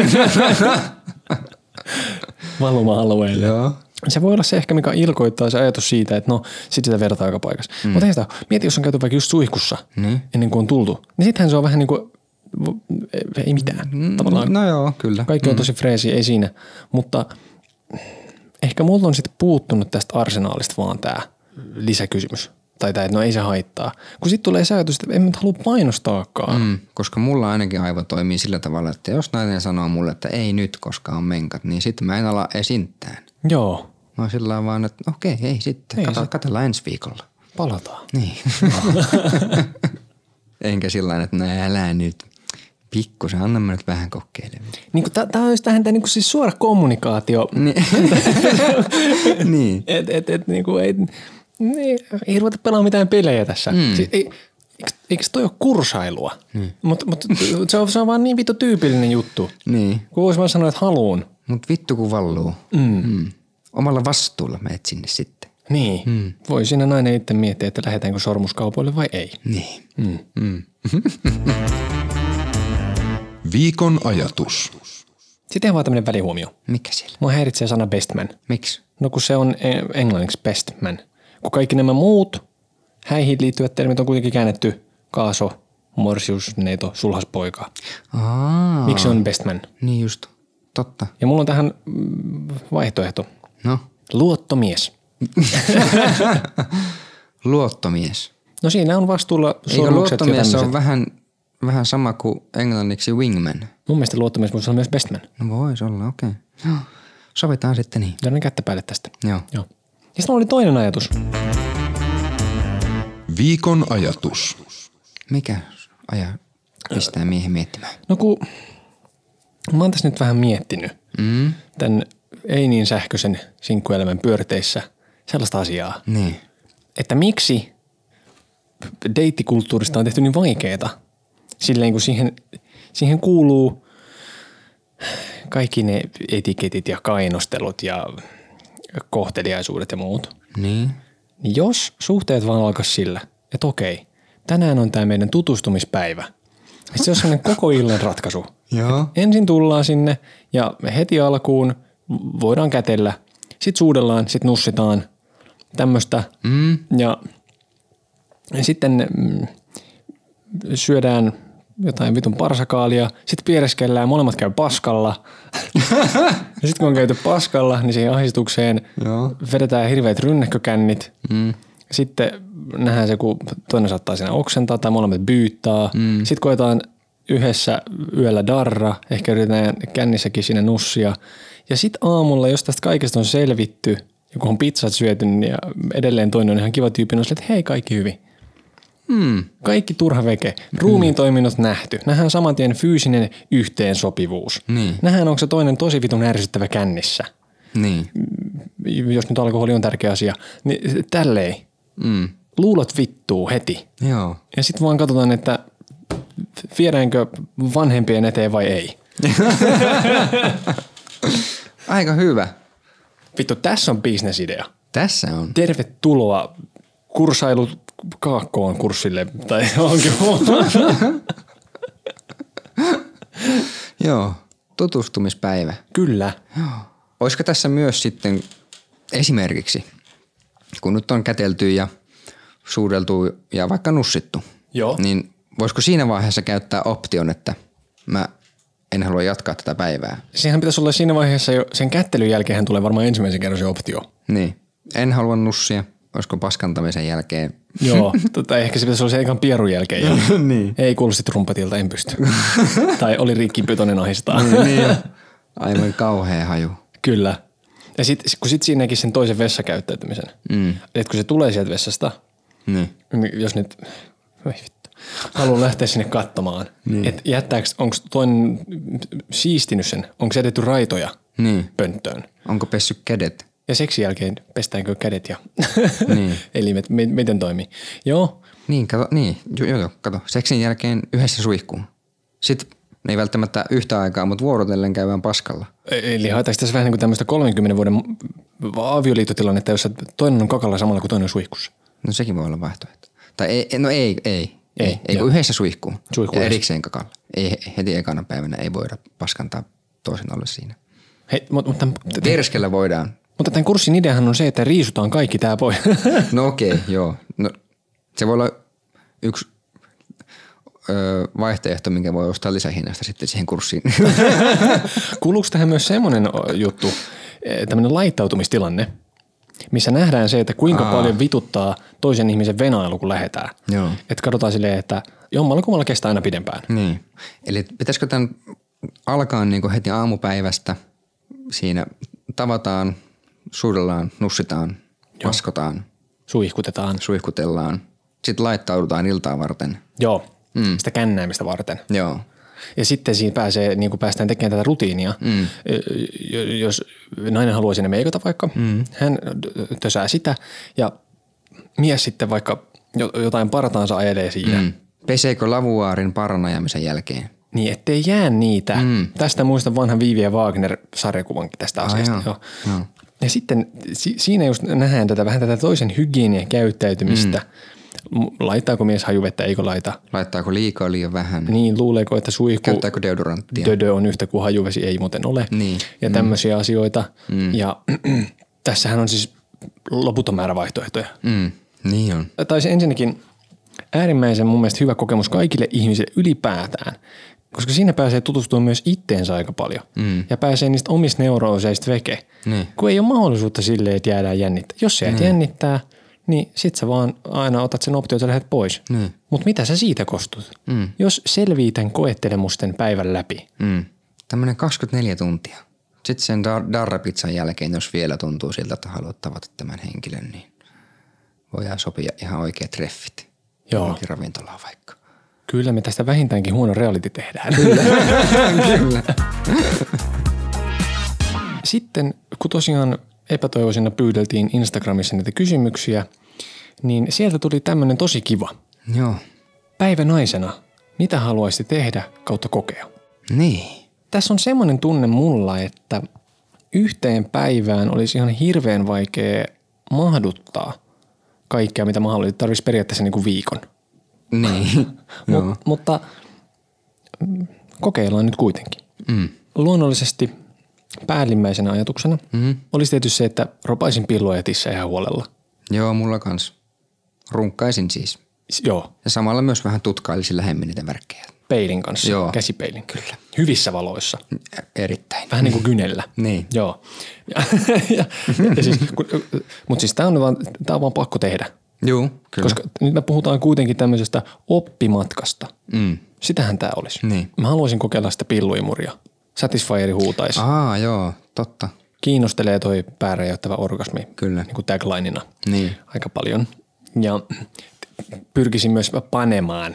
[SPEAKER 1] valuma-alueelle.
[SPEAKER 3] Joo.
[SPEAKER 1] Se voi olla se ehkä, mikä ilkoittaa se ajatus siitä, että no sit sitä vertaa aika paikassa. Mm. Mutta sitä, mieti, jos on käyty vaikka just suihkussa mm. ennen kuin on tultu, niin sittenhän se on vähän niin kuin, ei mitään. Tavallaan
[SPEAKER 3] no joo, kyllä.
[SPEAKER 1] Kaikki on mm. tosi freesi, ei siinä. Mutta ehkä mulla on sitten puuttunut tästä arsenaalista vaan tää lisäkysymys. Tai tämä, että no ei se haittaa. Kun sitten tulee se ajatus, että en mä halua painostaakaan.
[SPEAKER 3] Mm, koska mulla ainakin aivo toimii sillä tavalla, että jos nainen sanoo mulle, että ei nyt, koska on menkat, niin sitten mä en ala esittää.
[SPEAKER 1] Joo.
[SPEAKER 3] Mä oon sillä vaan, että okei, ei sitten. Ei, Kato, sit... Katsellaan ensi viikolla.
[SPEAKER 1] Palataan.
[SPEAKER 3] Niin. Enkä sillä tavalla, että no älä nyt. Pikkusen, anna mä nyt vähän kokeilemaan.
[SPEAKER 1] Niin tämä on just tähän niin siis suora kommunikaatio.
[SPEAKER 3] niin.
[SPEAKER 1] Et, et, et, niin kuin ei... Niin, ei ruveta pelaamaan mitään pelejä tässä. Mm. Siis, ei, eikö, eikö toi ole kursailua? Mm. Mutta mut, se, on, se on vaan niin vittu tyypillinen juttu.
[SPEAKER 3] Niin.
[SPEAKER 1] Kun vois vaan sanoa, että haluun.
[SPEAKER 3] Mut vittu kun valluu. Mm. Mm. Omalla vastuulla menet sinne sitten.
[SPEAKER 1] Niin. Mm. Voi siinä nainen itse miettiä, että lähdetäänkö sormuskaupoille vai ei.
[SPEAKER 3] Niin.
[SPEAKER 1] Mm.
[SPEAKER 3] Mm.
[SPEAKER 4] Viikon ajatus.
[SPEAKER 1] Sitten vaan tämmönen välihuomio.
[SPEAKER 3] Mikä siellä?
[SPEAKER 1] Mua häiritsee sana best man.
[SPEAKER 3] Miksi?
[SPEAKER 1] No kun se on englanniksi best man. Kun kaikki nämä muut häihin liittyvät termit on kuitenkin käännetty kaaso, morsius, neito, sulhaspoika.
[SPEAKER 3] Aa.
[SPEAKER 1] Miksi se on best man?
[SPEAKER 3] Niin just. Totta.
[SPEAKER 1] Ja mulla on tähän vaihtoehto.
[SPEAKER 3] No?
[SPEAKER 1] Luottomies.
[SPEAKER 3] Luottomies.
[SPEAKER 1] No siinä on vastuulla sormukset.
[SPEAKER 3] Eikö luottomies on vähän, vähän sama kuin englanniksi wingman?
[SPEAKER 1] Mun mielestä luottomies voisi olla myös best man.
[SPEAKER 3] No voisi olla, okei. Okay. Sovitaan sitten niin.
[SPEAKER 1] Jäädään kättä päälle tästä.
[SPEAKER 3] Joo.
[SPEAKER 1] Joo. Ja sitten mulla oli toinen ajatus.
[SPEAKER 4] Viikon ajatus.
[SPEAKER 3] Mikä aja pistää miehen miettimään?
[SPEAKER 1] No kun mä oon tässä nyt vähän miettinyt
[SPEAKER 3] Mm.
[SPEAKER 1] tämän ei niin sähköisen sinkkuelämän pyörteissä sellaista asiaa,
[SPEAKER 3] Niin.
[SPEAKER 1] että miksi deittikulttuurista on tehty niin vaikeeta. Silleen kun siihen, siihen kuuluu kaikki ne etiketit ja kainostelut ja kohteliaisuudet ja muut.
[SPEAKER 3] Niin.
[SPEAKER 1] Niin jos suhteet vaan alkaisi sillä, että okei, tänään on tämä meidän tutustumispäivä. Ja se on sellainen koko illan ratkaisu.
[SPEAKER 3] Joo.
[SPEAKER 1] Ensin tullaan sinne ja heti alkuun voidaan kätellä, sit suudellaan, sit nussitaan tämmöistä
[SPEAKER 3] Mm.
[SPEAKER 1] ja sitten mm, syödään jotain vitun parsakaalia, sit piereskellään, molemmat käy paskalla. Ja sit kun on käyty paskalla, niin siihen ahdistukseen
[SPEAKER 3] Joo.
[SPEAKER 1] vedetään hirveät rynnäkkökännit.
[SPEAKER 3] Mm.
[SPEAKER 1] Sitten nähdään se, kun toinen saattaa siinä oksentaa tai molemmat byyttää. Mm. Sitten koetaan yhdessä yöllä darra, ehkä yritetään kännissäkin sinne nussia. Ja sitten aamulla, jos tästä kaikesta on selvitty, ja kun on pizzat syöty, niin ja edelleen toinen on ihan kiva tyyppi, on sille, että hei, kaikki hyvin.
[SPEAKER 3] Mm.
[SPEAKER 1] Kaikki turha veke. Ruumiin toiminnot nähty. Nähdään saman tien fyysinen yhteensopivuus.
[SPEAKER 3] Niin.
[SPEAKER 1] Nähdään, onko se toinen tosi vitun ärsyttävä kännissä.
[SPEAKER 3] Niin.
[SPEAKER 1] Jos nyt alkoholi on tärkeä asia. Niin tälleen.
[SPEAKER 3] Mm.
[SPEAKER 1] Luulot vittuu heti.
[SPEAKER 3] Joo.
[SPEAKER 1] Ja sitten vaan katsotaan, että viedäänkö vanhempien eteen vai ei.
[SPEAKER 3] Aika hyvä.
[SPEAKER 1] Vittu, tässä on bisnesidea.
[SPEAKER 3] Tässä on.
[SPEAKER 1] Tervetuloa kurssailu kaakkoon kurssille. Tai onkin
[SPEAKER 3] Joo. Tutustumispäivä.
[SPEAKER 1] Kyllä.
[SPEAKER 3] Joo. Olisiko tässä myös sitten esimerkiksi, kun nyt on kätelty ja suudeltu ja vaikka nussittu,
[SPEAKER 1] Joo.
[SPEAKER 3] niin voisiko siinä vaiheessa käyttää option, että mä en halua jatkaa tätä päivää?
[SPEAKER 1] Sehän pitäisi olla siinä vaiheessa jo, sen kättelyn jälkeen tulee varmaan ensimmäisen kerran se optio.
[SPEAKER 3] Niin. En halua nussia. Olisiko paskantamisen jälkeen?
[SPEAKER 1] Joo, tota, ehkä se pitäisi olla se ekan pierun jälkeen. Jo.
[SPEAKER 3] Niin.
[SPEAKER 1] Ei kuulosti trumpetilta, en pysty. Tai oli rikkipytonen ahistaa.
[SPEAKER 3] niin, niin. Aivan kauhea haju.
[SPEAKER 1] Kyllä. Ja sitten kun sit siinä näkisi sen toisen vessakäyttäytymisen, mm. että kun se tulee sieltä vessasta,
[SPEAKER 3] niin.
[SPEAKER 1] jos nyt, oi vittu, haluan lähteä sinne katsomaan, niin. että jättääkö, onko toinen siistinyt sen, onko se edetty raitoja
[SPEAKER 3] niin.
[SPEAKER 1] pönttöön.
[SPEAKER 3] Onko pessy kädet?
[SPEAKER 1] Ja seksin jälkeen pestäänkö kädet ja
[SPEAKER 3] niin.
[SPEAKER 1] elimet, miten toimii. Joo.
[SPEAKER 3] Niin, kato, niin, joo, joo, kato. Seksin jälkeen yhdessä suihkuun. Sitten ei välttämättä yhtä aikaa, mutta vuorotellen käydään paskalla.
[SPEAKER 1] Eli haetaanko tässä vähän niin kuin tämmöistä kolmenkymmenen vuoden avioliittotilannetta, jossa toinen on kakalla samalla kuin toinen on suihkussa?
[SPEAKER 3] No sekin voi olla vaihtoehto. Tai ei, no ei, ei.
[SPEAKER 1] Ei,
[SPEAKER 3] ei kun yhdessä suihkuun.
[SPEAKER 1] Suihkuun
[SPEAKER 3] ja erikseen kakalla. Ei, heti ekana päivänä ei voida paskantaa toisen alle siinä.
[SPEAKER 1] Hei, mutta, mutta,
[SPEAKER 3] Kerskellä voidaan.
[SPEAKER 1] Mutta tämän kurssin ideahan on se, että riisutaan kaikki tää pois.
[SPEAKER 3] No okei, okay, joo. No, se voi olla yksi öö, vaihtoehto, minkä voi ostaa lisähinnasta sitten siihen kurssiin.
[SPEAKER 1] Kuuluuko tähän myös semmoinen juttu, tämmöinen laittautumistilanne, missä nähdään se, että kuinka Aa. paljon vituttaa toisen ihmisen venailu, kun lähdetään.
[SPEAKER 3] Joo.
[SPEAKER 1] Että katsotaan silleen, että jommalla kummalla kestää aina pidempään.
[SPEAKER 3] Niin. Eli pitäisikö tämän alkaa niin kuin heti aamupäivästä, siinä tavataan, suudellaan, nussitaan,
[SPEAKER 1] Joo.
[SPEAKER 3] paskotaan,
[SPEAKER 1] Suihkutetaan.
[SPEAKER 3] suihkutellaan, sitten laittaudutaan iltaa varten.
[SPEAKER 1] Joo, mm. sitä kännäämistä varten.
[SPEAKER 3] Joo.
[SPEAKER 1] Ja sitten siinä pääsee, niin kuin päästään tekemään tätä rutiinia. Mm. Jos nainen haluaa sinne meikata vaikka, mm. hän tösää sitä ja mies sitten vaikka jotain partaansa ajelee siinä. Mm.
[SPEAKER 3] Peseekö lavuaarin paranajamisen jälkeen?
[SPEAKER 1] Niin, ettei jää niitä. Mm. Tästä muistan vanhan Vivi ja Wagner-sarjakuvankin tästä ah, asiasta. Joo. Joo. Ja sitten si- siinä just nähdään tätä, vähän tätä toisen hygienian käyttäytymistä. Mm. Laittaako mies hajuvettä, eikö laita?
[SPEAKER 3] Laittaako liikaa liian vähän?
[SPEAKER 1] Niin, luuleeko, että suihku...
[SPEAKER 3] Käyttääkö deodoranttia?
[SPEAKER 1] Dödö on yhtä kuin hajuvesi, ei muuten ole.
[SPEAKER 3] Niin.
[SPEAKER 1] Ja tämmöisiä mm. asioita. Mm. Ja tässähän on siis loputon määrä vaihtoehtoja.
[SPEAKER 3] Mm. Niin on.
[SPEAKER 1] Tai se ensinnäkin äärimmäisen mun mielestä hyvä kokemus kaikille ihmisille ylipäätään. Koska siinä pääsee tutustumaan myös itteensä aika paljon. Mm. Ja pääsee niistä omista neurooseista veke. Niin. Kun ei ole mahdollisuutta silleen, että jäädään jännittää. Jos se niin. jännittää, niin sit sä vaan aina otat sen optio, että lähdet pois. Niin. Mutta mitä sä siitä kostut? Mm. Jos selvii tämän koettelemusten päivän läpi.
[SPEAKER 3] Mm. Tämmöinen kaksikymmentäneljä tuntia. Sitten sen dar- darrapizzan jälkeen, jos vielä tuntuu siltä, että haluat tavata tämän henkilön, niin voidaan sopia ihan oikeat treffit. Joo. Johonkin ravintolaan vaikka.
[SPEAKER 1] Kyllä me tästä vähintäänkin huono reality tehdään.
[SPEAKER 3] Kyllä. Kyllä.
[SPEAKER 1] Sitten kun tosiaan epätoivoisina pyydeltiin Instagramissa niitä kysymyksiä, niin sieltä tuli tämmöinen tosi kiva.
[SPEAKER 3] Joo.
[SPEAKER 1] Päivänaisena, mitä haluaisi tehdä kautta kokea?
[SPEAKER 3] Niin.
[SPEAKER 1] Tässä on semmoinen tunne mulla, että yhteen päivään olisi ihan hirveän vaikea mahduttaa kaikkea, mitä mä haluaisin. Tarvitsisi periaatteessa niin kuin viikon.
[SPEAKER 3] Niin.
[SPEAKER 1] Mut, mutta kokeillaan nyt kuitenkin. Mm. Luonnollisesti päällimmäisenä ajatuksena mm-hmm. olisi tietysti se, että ropaisin pilloja ja tissejä ihan huolella.
[SPEAKER 3] Joo, mulla kans. Runkkaisin siis.
[SPEAKER 1] Joo.
[SPEAKER 3] Ja samalla myös vähän tutkailisin lähemmin niitä värkkejä.
[SPEAKER 1] Peilin kanssa.
[SPEAKER 3] Joo.
[SPEAKER 1] Käsipeilin.
[SPEAKER 3] Kyllä.
[SPEAKER 1] Hyvissä valoissa.
[SPEAKER 3] Erittäin.
[SPEAKER 1] Vähän niin kuin kynellä.
[SPEAKER 3] Niin.
[SPEAKER 1] Joo. Ja, ja, ja siis, mutta siis tämä on, vaan, on vaan pakko tehdä.
[SPEAKER 3] Joo, kyllä.
[SPEAKER 1] Koska nyt me puhutaan kuitenkin tämmöisestä oppimatkasta.
[SPEAKER 3] Mm.
[SPEAKER 1] Sitähän tämä olisi.
[SPEAKER 3] Niin.
[SPEAKER 1] Mä haluaisin kokeilla sitä pilluimuria. Satisfieri huutaisi.
[SPEAKER 3] Aa, joo, totta.
[SPEAKER 1] Kiinnostelee toi pääräjäyttävä orgasmi.
[SPEAKER 3] Kyllä.
[SPEAKER 1] Niin kuin taglineina.
[SPEAKER 3] Niin.
[SPEAKER 1] Aika paljon. Ja pyrkisin myös panemaan.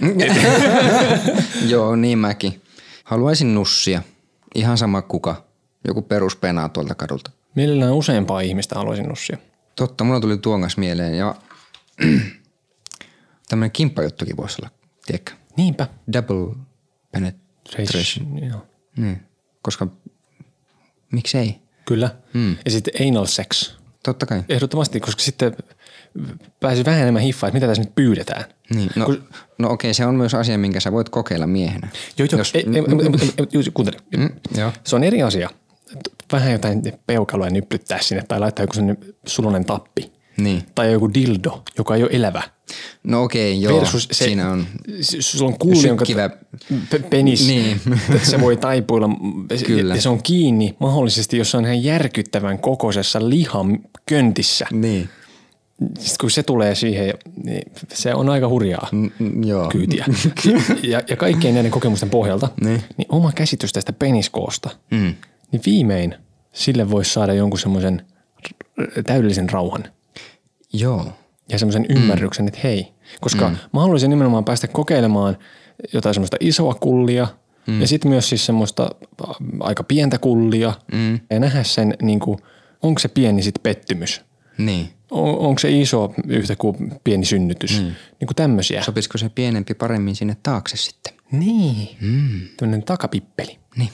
[SPEAKER 3] Joo, niin mäkin. Haluaisin nussia. Ihan sama kuka. Joku peruspenaa tuolta kadulta.
[SPEAKER 1] Mielellään useampaa ihmistä haluaisin nussia.
[SPEAKER 3] Totta, mulla tuli tuongas mieleen ja tämmönen kimppajuttukin voisi olla, tiedätkö?
[SPEAKER 1] Niinpä.
[SPEAKER 3] Double penetration.
[SPEAKER 1] Joo.
[SPEAKER 3] Niin, koska miksei?
[SPEAKER 1] Kyllä. Mm. Ja sitten anal sex.
[SPEAKER 3] Totta kai.
[SPEAKER 1] Ehdottomasti, koska sitten pääsi vähän enemmän hiffaa, että mitä tässä nyt pyydetään.
[SPEAKER 3] Niin, no, Kun, no okei, se on myös asia, minkä sä voit kokeilla miehenä.
[SPEAKER 1] Joo, joo, Jos, ei, ei, ei, ei, kuuntele. Mm, joo. Se on eri asia. Vähän jotain peukaloja nyplyttää sinne tai laittaa joku sellainen sulonen tappi.
[SPEAKER 3] Niin.
[SPEAKER 1] Tai joku dildo, joka ei ole elävä.
[SPEAKER 3] No okei, joo.
[SPEAKER 1] Versus se,
[SPEAKER 3] siinä on
[SPEAKER 1] sulla on kuuli, jonka penis, niin. se voi taipuilla Kyllä. ja se on kiinni mahdollisesti jossain ihan järkyttävän kokoisessa lihan köntissä.
[SPEAKER 3] Niin.
[SPEAKER 1] Sitten kun se tulee siihen, niin se on aika hurjaa
[SPEAKER 3] mm, joo.
[SPEAKER 1] kyytiä. ja, ja kaikkien näiden kokemusten pohjalta, niin, niin oma käsitys tästä peniskoosta, mm. niin viimein sille voisi saada jonkun semmoisen täydellisen rauhan.
[SPEAKER 3] Joo.
[SPEAKER 1] Ja semmoisen ymmärryksen, mm. että hei, koska mm. mä haluaisin nimenomaan päästä kokeilemaan jotain semmoista isoa kullia mm. ja sitten myös siis semmoista aika pientä kullia mm. ja nähdä sen, niin kuin, onko se pieni sitten pettymys.
[SPEAKER 3] Niin.
[SPEAKER 1] On, onko se iso yhtä kuin pieni synnytys? Mm. Niin kuin tämmöisiä.
[SPEAKER 3] Sopisiko se pienempi paremmin sinne taakse sitten?
[SPEAKER 1] Niin. Mm. Tämmöinen takapippeli.
[SPEAKER 3] Niin.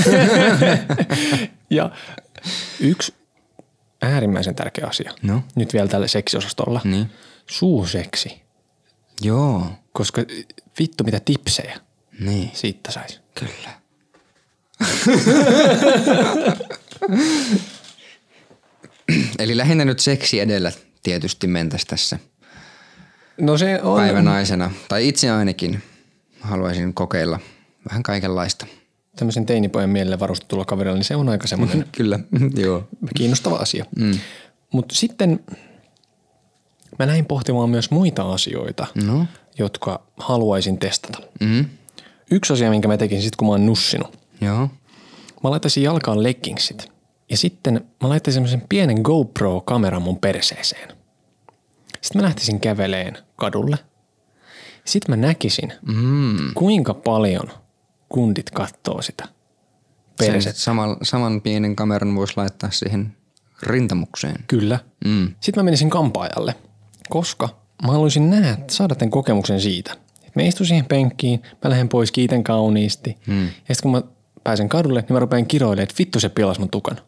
[SPEAKER 1] ja yksi äärimmäisen tärkeä asia. No. Nyt vielä tällä seksiosastolla.
[SPEAKER 3] Niin.
[SPEAKER 1] Suuseksi.
[SPEAKER 3] Joo.
[SPEAKER 1] Koska vittu mitä tipsejä.
[SPEAKER 3] Niin.
[SPEAKER 1] Siitä sais.
[SPEAKER 3] Kyllä. Eli lähinnä nyt seksi edellä tietysti mentäisi tässä
[SPEAKER 1] no se on.
[SPEAKER 3] Päivänaisena. Tai itse ainakin haluaisin kokeilla vähän kaikenlaista.
[SPEAKER 1] Tämmöisen teinipojan mielelle varustetulla kaverilla, niin se on aika semmoinen
[SPEAKER 3] Kyllä, joo.
[SPEAKER 1] kiinnostava asia. Mm. Mutta sitten mä lähdin pohtimaan myös muita asioita, no. jotka haluaisin testata. Mm. Yksi asia, minkä mä tekin sit, kun mä oon nussinut.
[SPEAKER 3] Joo.
[SPEAKER 1] Mä laittaisin jalkaan leggingsit. Ja sitten mä laittaisin semmoisen pienen GoPro-kameran mun perseeseen. Sitten mä lähtisin käveleen kadulle. Sitten mä näkisin, mm. kuinka paljon kundit kattoo sitä persettä.
[SPEAKER 3] Saman, saman pienen kameran voisi laittaa siihen rintamukseen.
[SPEAKER 1] Kyllä. Mm. Sitten mä menisin kampaajalle. Koska mä haluaisin nähdä, saada tämän kokemuksen siitä. Mä istun siihen penkkiin, mä lähden pois, kiitän kauniisti. Hmm. Ja sitten kun mä pääsen kadulle, niin mä rupean kiroilemaan, että vittu se pilas mun tukan.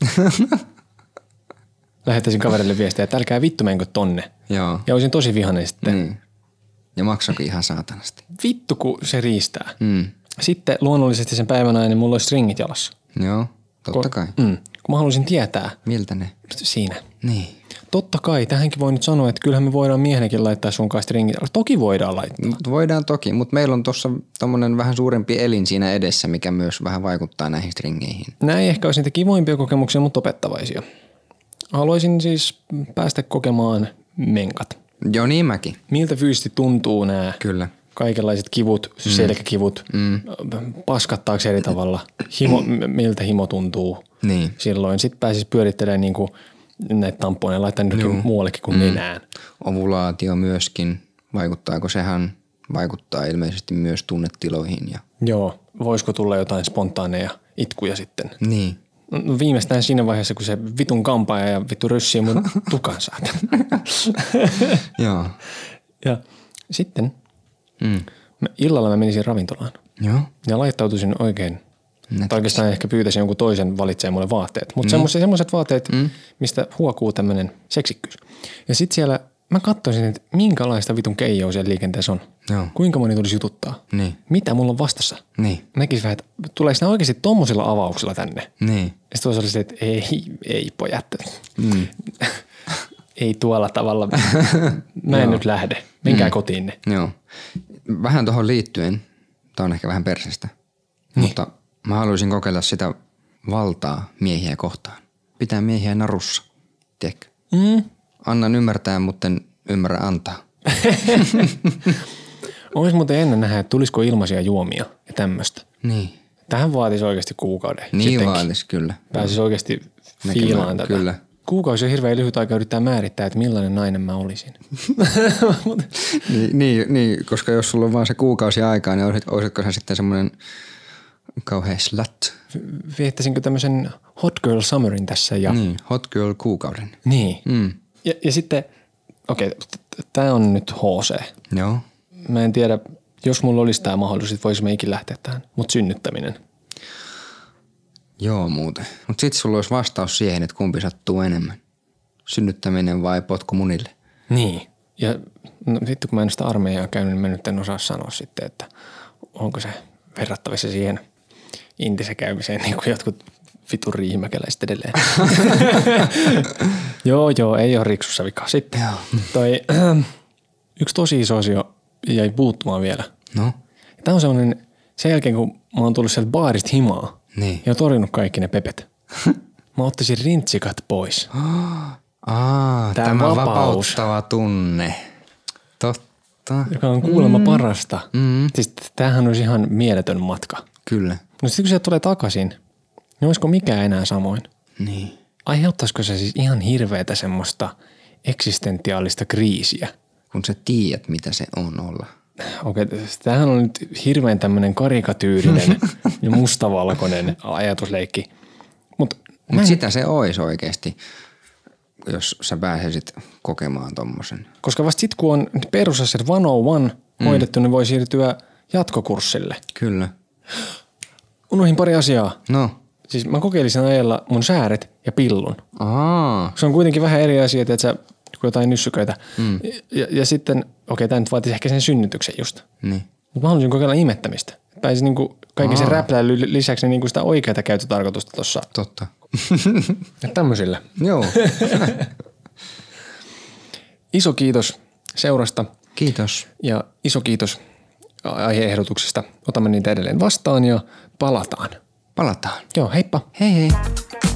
[SPEAKER 1] Lähettäisin kaverille viestiä, että älkää vittu menkö tonne.
[SPEAKER 3] Joo.
[SPEAKER 1] Ja olisin tosi vihainen sitten.
[SPEAKER 3] Niin. Ja maksakin ihan saatanasti.
[SPEAKER 1] Vittu kun se riistää.
[SPEAKER 3] Mm.
[SPEAKER 1] Sitten luonnollisesti sen päivän ajan niin mulla olisi stringit jalassa.
[SPEAKER 3] Joo, totta kai.
[SPEAKER 1] Kun, mm, kun mä haluaisin tietää.
[SPEAKER 3] Miltä ne?
[SPEAKER 1] Siinä.
[SPEAKER 3] Niin.
[SPEAKER 1] Totta kai, tähänkin voi nyt sanoa, että kyllähän me voidaan miehenäkin laittaa sun kanssa stringit. Toki voidaan laittaa.
[SPEAKER 3] Mut voidaan toki, mutta meillä on tuossa tommonen vähän suurempi elin siinä edessä, mikä myös vähän vaikuttaa näihin stringeihin.
[SPEAKER 1] Nämä ei ehkä olisi niitä kivoimpia kokemuksia, mutta opettavaisia. Haluaisin siis päästä kokemaan menkat.
[SPEAKER 3] Joo, niin mäkin.
[SPEAKER 1] Miltä fyysisesti tuntuu nämä
[SPEAKER 3] Kyllä.
[SPEAKER 1] kaikenlaiset kivut, mm. selkäkivut, mm. paskattaako eri tavalla, himo, miltä himo tuntuu
[SPEAKER 3] niin.
[SPEAKER 1] silloin. Sitten pääsisi pyörittelemään niinku näitä tamponeja, laittaa nytkin muuallekin kuin mm. nenään.
[SPEAKER 3] Ovulaatio myöskin, vaikuttaako sehän, vaikuttaa ilmeisesti myös tunnetiloihin. Ja...
[SPEAKER 1] Joo, voisiko tulla jotain spontaaneja itkuja sitten?
[SPEAKER 3] Niin.
[SPEAKER 1] No viimeistään siinä vaiheessa, kun se vitun kampaaja ja vittu ryssii mun tukan saata.
[SPEAKER 3] Joo.
[SPEAKER 1] Ja sitten
[SPEAKER 3] mm.
[SPEAKER 1] mä, illalla mä menisin ravintolaan.
[SPEAKER 3] Joo.
[SPEAKER 1] Ja laittautuisin oikein. Tai oikeastaan ehkä pyytäisin jonkun toisen valitsemaan mulle vaatteet. Mutta mm. semmoiset vaatteet, mm. mistä huokuu tämmöinen seksikkyys. Ja sitten siellä mä katsoisin, että minkälaista vitun keijoa siellä liikenteessä on. Joo. Kuinka moni tulisi jututtaa.
[SPEAKER 3] Niin.
[SPEAKER 1] Mitä mulla on vastassa.
[SPEAKER 3] Niin.
[SPEAKER 1] Näkisi vähän, että tuleeko nämä oikeasti tommosilla avauksilla tänne.
[SPEAKER 3] Niin.
[SPEAKER 1] Ja sitten olisi että ei, ei pojat.
[SPEAKER 3] Mm.
[SPEAKER 1] ei tuolla tavalla. Mä en nyt lähde. Menkää mm. kotiinne.
[SPEAKER 3] Joo. Vähän tuohon liittyen, tää on ehkä vähän persestä, niin. mutta mä haluaisin kokeilla sitä valtaa miehiä kohtaan. Pitää miehiä narussa, tiedätkö? Mm. Annan ymmärtää, mutta en ymmärrä antaa.
[SPEAKER 1] Olisi muuten ennen nähdä, että tulisiko ilmaisia juomia ja tämmöistä.
[SPEAKER 3] Niin.
[SPEAKER 1] Tähän vaatisi oikeasti kuukauden.
[SPEAKER 3] Niin sittenkin. Vaatisi, kyllä.
[SPEAKER 1] Pääsisi oikeasti fiilaan tätä.
[SPEAKER 3] Kyllä.
[SPEAKER 1] Kuukausi on hirveän lyhyt aika yrittää määrittää, että millainen nainen mä olisin.
[SPEAKER 3] niin, niin, niin, koska jos sulla on vaan se kuukausi aikaa, niin olisit, olisitko sä sitten semmoinen kauhean slut?
[SPEAKER 1] Viettäisinkö tämmöisen hot girl summerin tässä? Ja...
[SPEAKER 3] Niin, hot girl kuukauden.
[SPEAKER 1] Niin. Mm. Ja, ja sitten, okei, okay, tää on nyt H C.
[SPEAKER 3] Joo.
[SPEAKER 1] Mä en tiedä, jos mulla olisi tää mahdollisuus, voisimme ikin lähteä tähän, mutta synnyttäminen.
[SPEAKER 3] Joo muuten. Mutta sitten sulla olisi vastaus siihen, että kumpi sattuu enemmän. Synnyttäminen vai potku munille?
[SPEAKER 1] Niin. Ja no, sitten kun mä en sitä armeijaa käynyt, niin mä nyt en osaa sanoa sitten, että onko se verrattavissa siihen intisen käymiseen, niin kuin jotkut vitun riihimäkeläiset edelleen. joo, joo, ei ole riksussa vika. Sitten toi äh, yksi tosi iso asia jäi puuttumaan vielä.
[SPEAKER 3] No?
[SPEAKER 1] Tämä on semmoinen, sen jälkeen kun mä oon tullut sieltä baarista himaa
[SPEAKER 3] niin.
[SPEAKER 1] ja torjunut kaikki ne pepet, mä ottaisin rintsikat pois.
[SPEAKER 3] Aa, tämä, tämä vapauttava tunne. Totta.
[SPEAKER 1] Joka on kuulemma mm. parasta. Mm. Siis tämähän olisi ihan mieletön matka.
[SPEAKER 3] Kyllä.
[SPEAKER 1] No sitten kun sieltä tulee takaisin, niin olisiko mikään enää samoin?
[SPEAKER 3] Niin.
[SPEAKER 1] Aiheuttaisiko se siis ihan hirveätä semmoista eksistentiaalista kriisiä?
[SPEAKER 3] Kun sä tiedät, mitä se on olla.
[SPEAKER 1] Okei, okay, tämähän on nyt hirveän tämmöinen karikatyyrinen ja mustavalkoinen ajatusleikki. Mutta
[SPEAKER 3] Mut en... sitä se olisi oikeasti, jos sä pääsisit kokemaan tommosen.
[SPEAKER 1] Koska vasta sit kun on perusasiat sata yksi mm. hoidettu, niin voi siirtyä jatkokurssille.
[SPEAKER 3] Kyllä.
[SPEAKER 1] Unohin pari asiaa.
[SPEAKER 3] No.
[SPEAKER 1] Siis mä kokeilisin ajella mun sääret ja pillun.
[SPEAKER 3] Aa.
[SPEAKER 1] Se on kuitenkin vähän eri asia, että sä kuin jotain nyssyköitä. Mm. Ja, ja sitten, okei, okay, tämä nyt vaatisi ehkä sen synnytyksen just.
[SPEAKER 3] Niin.
[SPEAKER 1] Mutta mä haluaisin kokeilla imettämistä. Pääsi niinku kaiken sen räpläilyn lisäksi niinku sitä oikeata käyttötarkoitusta tuossa.
[SPEAKER 3] Totta.
[SPEAKER 1] Ja tämmöisillä.
[SPEAKER 3] Joo.
[SPEAKER 1] Iso kiitos seurasta.
[SPEAKER 3] Kiitos.
[SPEAKER 1] Ja iso kiitos aihe-ehdotuksesta. Otamme niitä edelleen vastaan ja palataan.
[SPEAKER 3] Palataan.
[SPEAKER 1] Joo, heippa.
[SPEAKER 3] Hei hei.